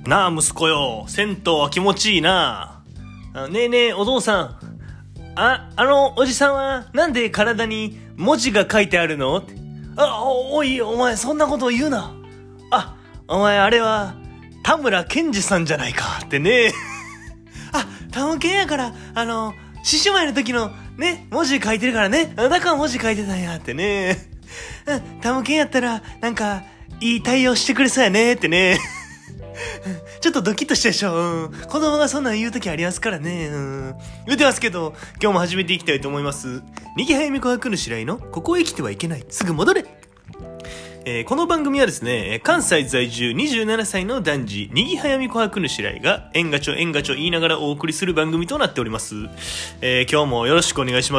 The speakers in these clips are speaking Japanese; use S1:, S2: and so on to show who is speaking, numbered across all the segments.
S1: なあ息子よ、銭湯は気持ちいいな。ねえねえお父さん、あのおじさんはなんで体に文字が書いてあるの？おいお前そんなこと言うな。お前あれは田村健二さんじゃないかってね。田村健やから獅子舞の時のね文字書いてるからね、だから文字書いてたんやってね。田村健やったらなんかいい対応してくれそうやねってね。ちょっとドキッとしたでしょ。子供がそんなん言う時ありますからね。言うてますけど、今日も始めていきたいと思います。にぎはやみこはくぬしらいのここへ来てはいけない、すぐ戻れ。この番組はですね、関西在住27歳の男児にぎはやみこはくぬしらいがえんがちょえんがちょ言いながらお送りする番組となっております。今日もよろしくお願いします。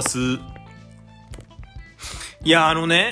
S1: いや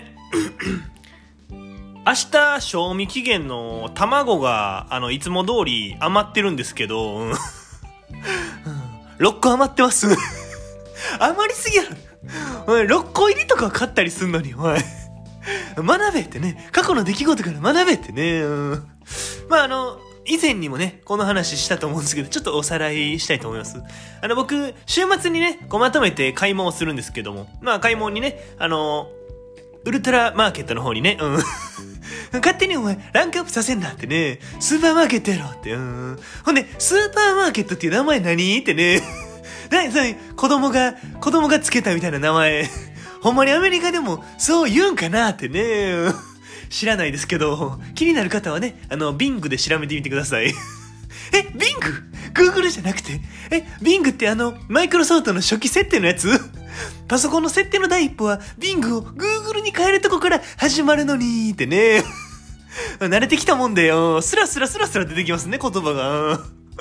S1: 明日賞味期限の卵がいつも通り余ってるんですけど、6個余ってます。余りすぎやろ。6個入りとか買ったりすんのに、学べってね、過去の出来事から学べってね。以前にもね、この話したと思うんですけど、ちょっとおさらいしたいと思います。僕、週末にね、まとめて買い物をするんですけども、買い物にね、ウルトラマーケットの方にね、勝手にお前、ランクアップさせんなってね、スーパーマーケットやろって、ほんで、スーパーマーケットっていう名前何ってね、子供がつけたみたいな名前、ほんまにアメリカでもそう言うんかなってね、知らないですけど、気になる方はね、Bing で調べてみてください。Bing？Google じゃなくて、Bing ってマイクロソフトの初期設定のやつ？パソコンの設定の第一歩は Bing を Google に変えるとこから始まるのにってね。慣れてきたもんでよ、スラスラ出てきますね、言葉が。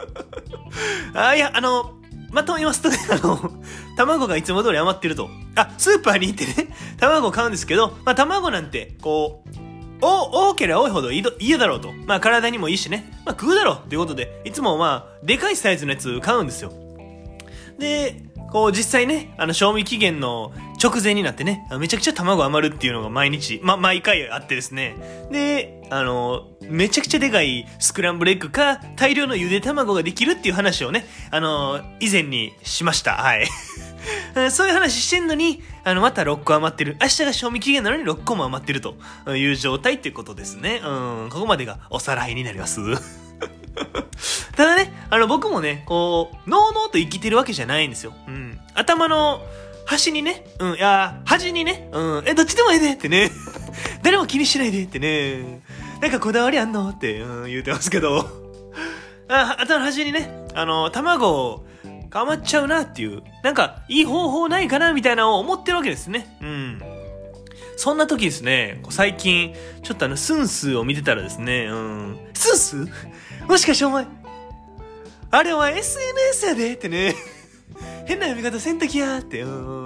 S1: まとめますとね、卵がいつも通り余ってると。スーパーに行ってね、卵を買うんですけど、卵なんて、多ければ多いほどいいだろうと。体にもいいしね。食うだろうということで、いつもでかいサイズのやつ買うんですよ。で、実際ね、賞味期限の直前になってね、めちゃくちゃ卵余るっていうのが毎回あってですね。で、めちゃくちゃでかいスクランブルエッグか、大量のゆで卵ができるっていう話をね、以前にしました。はい。そういう話してんのに、また6個余ってる。明日が賞味期限なのに6個も余ってるという状態っていうことですね。ここまでがおさらいになります。ただね、僕もね、のうのうと生きてるわけじゃないんですよ。頭の端にね、端にね、どっちでもええでってね。誰も気にしないでってね。なんかこだわりあんのって、言うてますけど。頭の端にね、卵が余っちゃうなっていう、なんかいい方法ないかなみたいなのを思ってるわけですね。そんな時ですね、最近、ちょっとスンスーを見てたらですね、スンスー？もしかしてお前、あれお前 SNS やでってね。変な読み方せんときやーって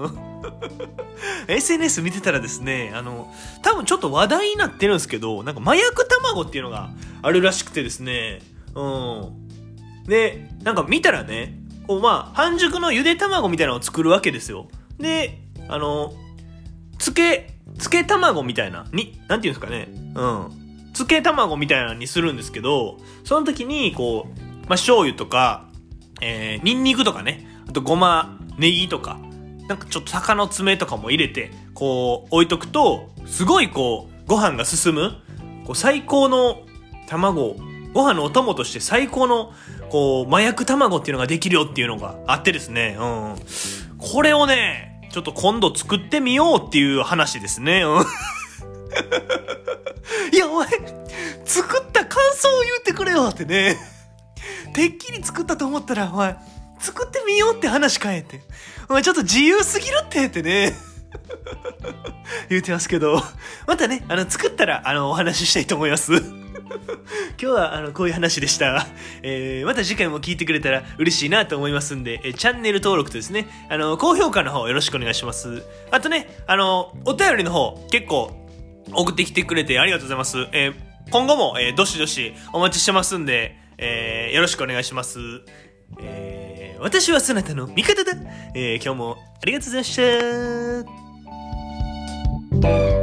S1: 、SNS 見てたらですね、多分ちょっと話題になってるんですけど、なんか麻薬卵っていうのがあるらしくてですね、で、なんか見たらね、半熟のゆで卵みたいなのを作るわけですよ。で、つけ卵みたいな、なんていうんですかね、つけ卵みたいなのにするんですけど、その時に、醤油とか、ニンニクとかね、あとごま、ネギとか、なんかちょっと鷹の爪とかも入れて、置いとくと、すごいご飯が進む、最高の卵、ご飯のお供として最高の、麻薬卵っていうのができるよっていうのがあってですね、これをね、ちょっと今度作ってみようっていう話ですね、いや、お前、作った感想を言ってくれよってね。てっきり作ったと思ったら、お前、作ってみようって話かえって。お前ちょっと自由すぎるってね。言うてますけど、またね、作ったら、お話ししたいと思います。今日は、こういう話でした。また次回も聞いてくれたら嬉しいなと思いますんで、チャンネル登録とですね、高評価の方よろしくお願いします。あとね、お便りの方、結構、送ってきてくれてありがとうございます。今後も、どしどしお待ちしてますんで、よろしくお願いします。私はそなたの味方だ。今日もありがとうございました。